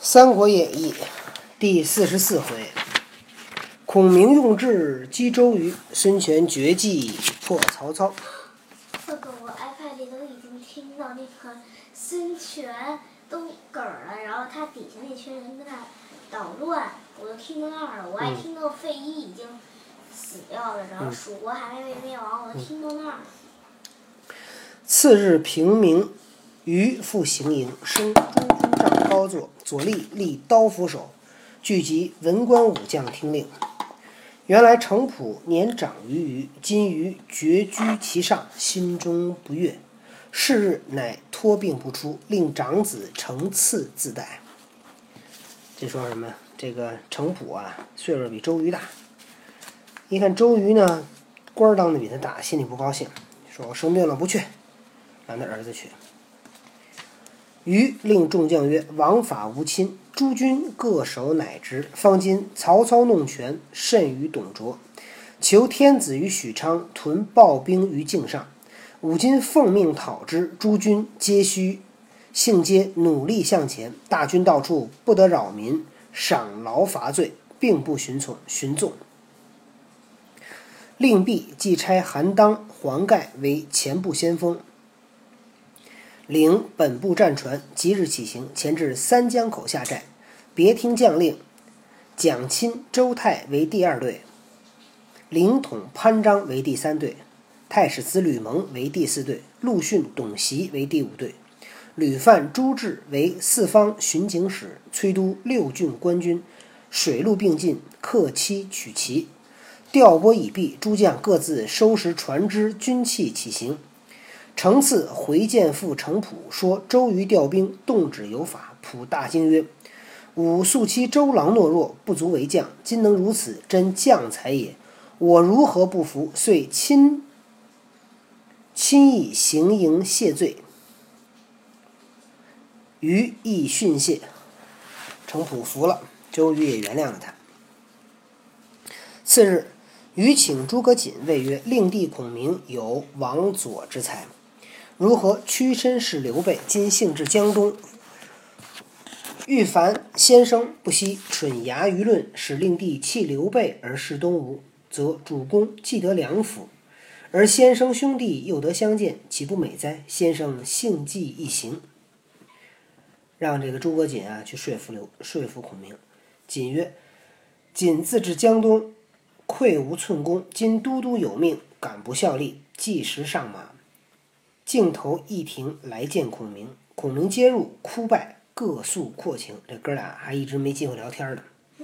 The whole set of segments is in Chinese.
三国演义》第44回，孔明用智击周瑜，孙权绝技破曹操。 这个我 iPad 里都已经听到那个孙权都嗝了，然后他底下那群人跟那捣乱，我都听到那儿了。我还听到费祎已经死掉了，然后蜀国还没灭亡，我都听到那儿了。 次日平明，瑜复行营，升中军帐高坐，左立立刀斧手，聚集文官武将听令。原来程普年长于瑜，今瑜绝居其上，心中不悦。是日乃托病不出，令长子程赐自代。这说什么？这个程普啊，岁数比周瑜大。一看周瑜呢，官当的比他大，心里不高兴，说我生病了不去，让他儿子去。瑜令众将曰：王法无亲，诸军各守乃职。方今曹操弄权，甚于董卓，求天子于许昌，屯暴兵于境上。吾今奉命讨之，诸军性皆努力向前。大军到处，不得扰民，赏劳罚罪，并不寻纵。令毕即差韩当、黄盖为前部先锋，领本部战船，即日起行，前至三江口下寨。别听将令，蒋钦、周泰为第二队，凌统、潘璋为第三队，太史慈吕蒙为第四队，陆逊、董袭为第五队，吕范、朱志为四方巡警使，催督六郡官军，水陆并进，克期取齐。调拨已毕，诸将各自收拾船只军器起行。程赐回见父程普，说周瑜调兵动止有法。普大惊曰：吾素期周郎懦弱，不足为将，今能如此，真将才也。我如何不服？遂亲议行营谢罪。瑜亦训谢，程普服了，周瑜也原谅了他。次日，瑜请诸葛瑾，谓曰：令弟孔明有王佐之才，如何屈身事刘备？今幸至江东，欲凡先生不惜蠢牙舆论，使令弟弃刘备而事东吴，则主公既得良辅，而先生兄弟又得相见，岂不美哉？先生幸计一行。让这个诸葛瑾啊去说服孔明。瑾曰：瑾自至江东，愧无寸功，今都督有命，敢不效力，即时上马，径投一亭来见孔明。孔明接入，哭拜，各诉阔情。这哥俩还一直没机会聊天呢。 可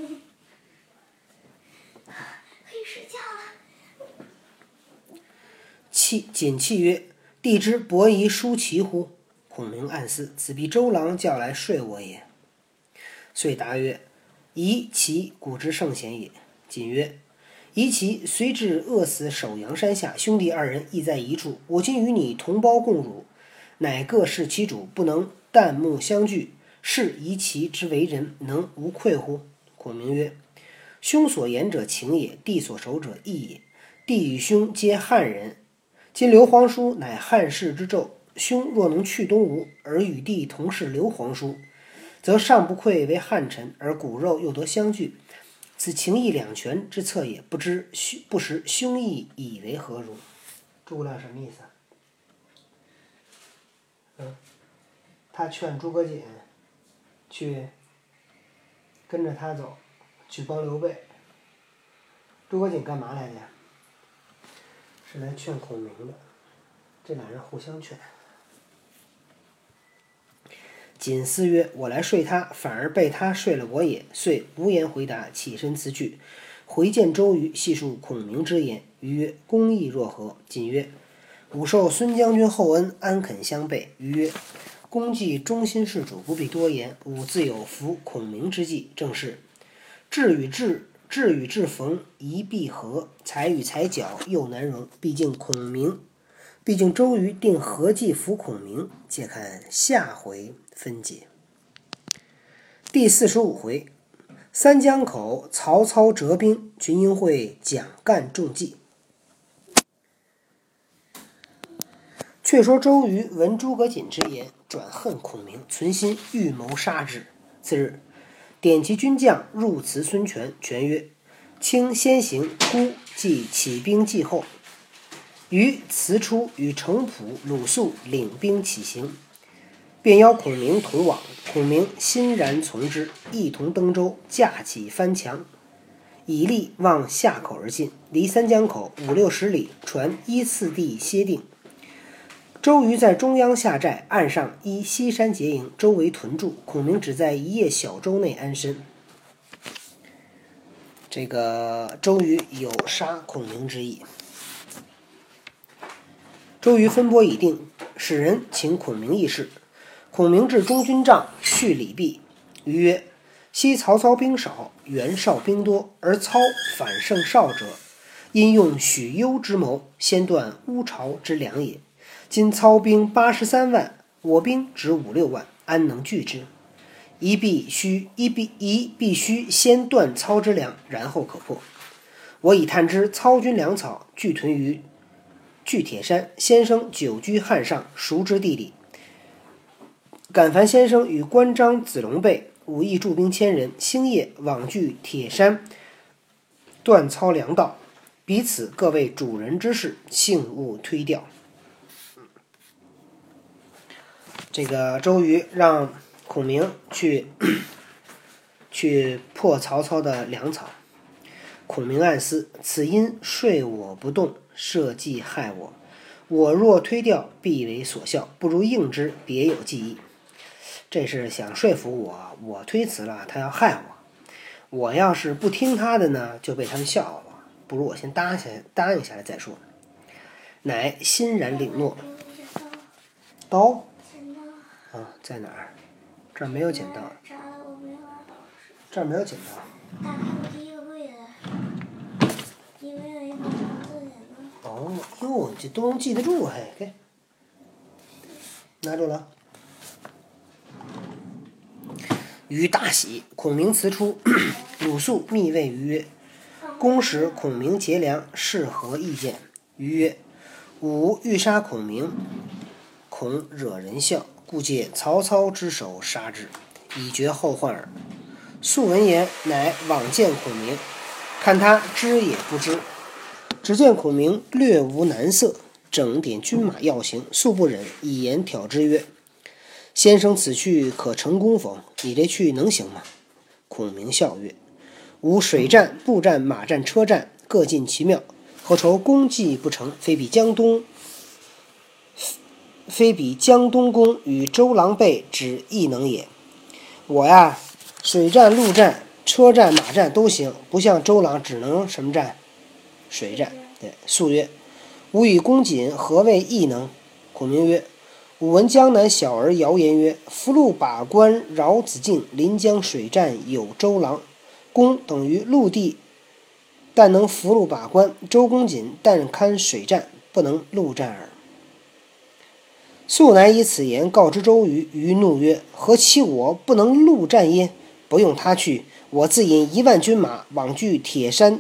以睡觉了。 瑾泣曰：弟之伯夷叔齐乎？孔明暗思，此必周郎叫来说我也。遂答曰：夷齐古之圣贤也。瑾曰：夷齐虽至饿死首阳山下，兄弟二人亦在一处。我今与你同胞共辱，乃各事其主，不能旦暮相聚，是夷齐之为人，能无愧乎？孔明曰：兄所言者情也，弟所守者义也。弟与兄皆汉人，今刘皇叔乃汉室之胄，兄若能去东吴，而与弟同是刘皇叔，则尚不愧为汉臣，而骨肉又得相聚，此情义两全之策也。不识兄义以为何如？诸葛亮什么意思啊？他劝诸葛瑾去跟着他走，去帮刘备。诸葛瑾干嘛来的呀？是来劝孔明的，这俩人互相劝。瑾思曰：我来说他，反而被他说了我也。遂无言回答，起身辞去。回见周瑜，细述孔明之言。瑜曰：公义若何？瑾曰：吾受孙将军厚恩，安肯相背？瑜曰：公既忠心事主，不必多言。吾自有服孔明之计，正是智与智逢宜必合，才与才角又难容。毕竟周瑜定何计服孔明，且看下回分解。第45回，三江口曹操折兵，群英会蒋干中计。却说周瑜闻诸葛瑾之言，转恨孔明，存心预谋杀之。次日， 点其军将入辞孙权。权曰：卿先行，孤即起兵继后。于辞出，与程普、鲁肃领兵起行，便邀孔明同往。孔明欣然从之，一同登舟，架起帆墙，以力望下口而进。离三江口50-60里，船依次第歇定。周瑜在中央下寨，岸上依西山结营，周围屯驻。孔明只在一叶小舟内安身。这个周瑜有杀孔明之意。周瑜分拨已定，使人请孔明议事。孔明至中军帐，叙礼毕。瑜曰：昔曹操兵少，袁绍兵多，而操反胜绍者，因用许攸之谋，先断乌巢之粮也。今操兵83万，我兵只5-6万，安能拒之？宜必须先断操之粮，然后可破。我已探知操军粮草俱屯于巨铁山，先生久居汉上，熟知地理。敢烦先生与关张、子龙备武艺驻兵1000人，星夜往据铁山，断操粮道，彼此各为主人之事，幸勿推掉。这个周瑜让孔明去破曹操的粮草。孔明暗思：此因睡我不动，设计害我。我若推掉，必为所笑，不如应之，别有计议。这是想说服我推辞了，他要害我。我要是不听他的呢，就被他们笑话我。不如我先答应下来再说。乃欣然领诺。刀啊，在哪儿？这儿没有剪刀。这儿没有剪刀。 大哥第一个柜子，因为有一把长字剪刀。 哦，哟，这都能记得住，嘿，给拿住了。瑜大喜，孔明辞出。鲁肃密谓瑜曰：公使孔明劫粮，是何意见？瑜曰：吾欲杀孔明，恐惹人笑，故借曹操之手杀之，以绝后患耳。肃闻言，乃往见孔明，看他知也不知。只见孔明略无难色，整点军马要行。肃不忍，以言挑之曰：先生此去可成功否？你这去能行吗？孔明笑曰：吾水战、步战、马战、车战各尽其妙，何愁功绩不成？非比江东公与周郎备只异能也。我呀，水战、陆战、车战、马战都行，不像周郎只能什么战？水战。对，肃曰：吾与公瑾何谓异能？孔明曰：吾闻江南小儿谣言曰，福禄把关饶子敬，临江水战有周郎。公等于陆地，但能福禄把关；周公瑾但堪水战，不能陆战耳。肃乃以此言告知周瑜，瑜怒曰：何其我不能陆战耶？不用他去，我自引1万军马往据铁山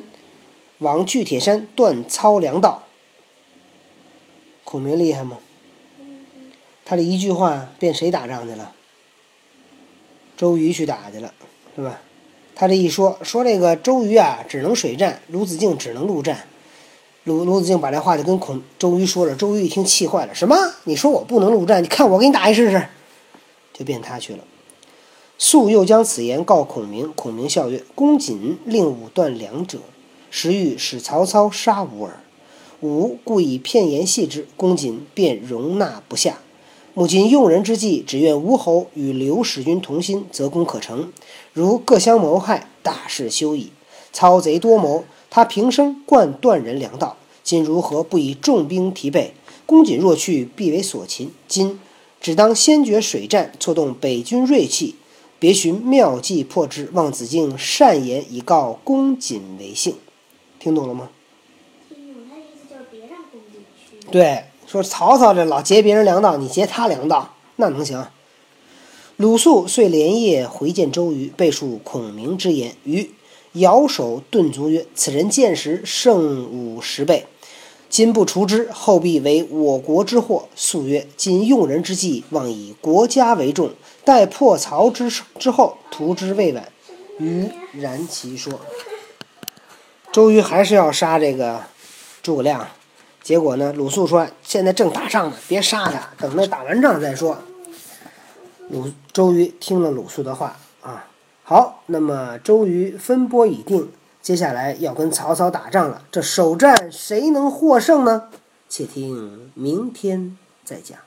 断操粮道。孔明厉害吗？他这一句话变谁打仗去了？周瑜去打去了，是吧？他这一说这个周瑜啊只能水战，鲁子敬只能陆战。鲁子敬把这话就跟周瑜说了，周瑜一听气坏了，什么？你说我不能陆战？你看我给你打一试试，就变他去了。肃又将此言告孔明，孔明笑曰：公瑾令吾断粮者，实欲使曹操杀吾耳。吾故以片言戏之，公瑾便容纳不下。目今用人之计，只愿吴侯与刘使君同心，则功可成。如各相谋害，大事休矣。操贼多谋，他平生惯断人粮道，今如何不以重兵提备？公瑾若去，必为所擒。今只当先决水战，挫动北军锐气，别寻妙计破之。望子敬善言以告公瑾为幸。听懂了吗？ 听懂，他的意思就是别让公瑾去。 对，说曹操这老劫别人粮道，你劫他粮道，那能行？鲁肃遂连夜回见周瑜，备述孔明之言。瑜摇手顿足曰：此人见识胜吾10倍，今不除之，后必为我国之祸。肃曰：今用人之计，望以国家为重，待破曹之后，图之未晚。 是于然其说。周瑜还是要杀这个诸葛亮，结果呢，鲁肃说现在正打仗呢，别杀他，等他打完仗再说。周瑜听了鲁肃的话啊，好，那么周瑜分拨已定，接下来要跟曹操打仗了，这首战谁能获胜呢？且听明天再讲。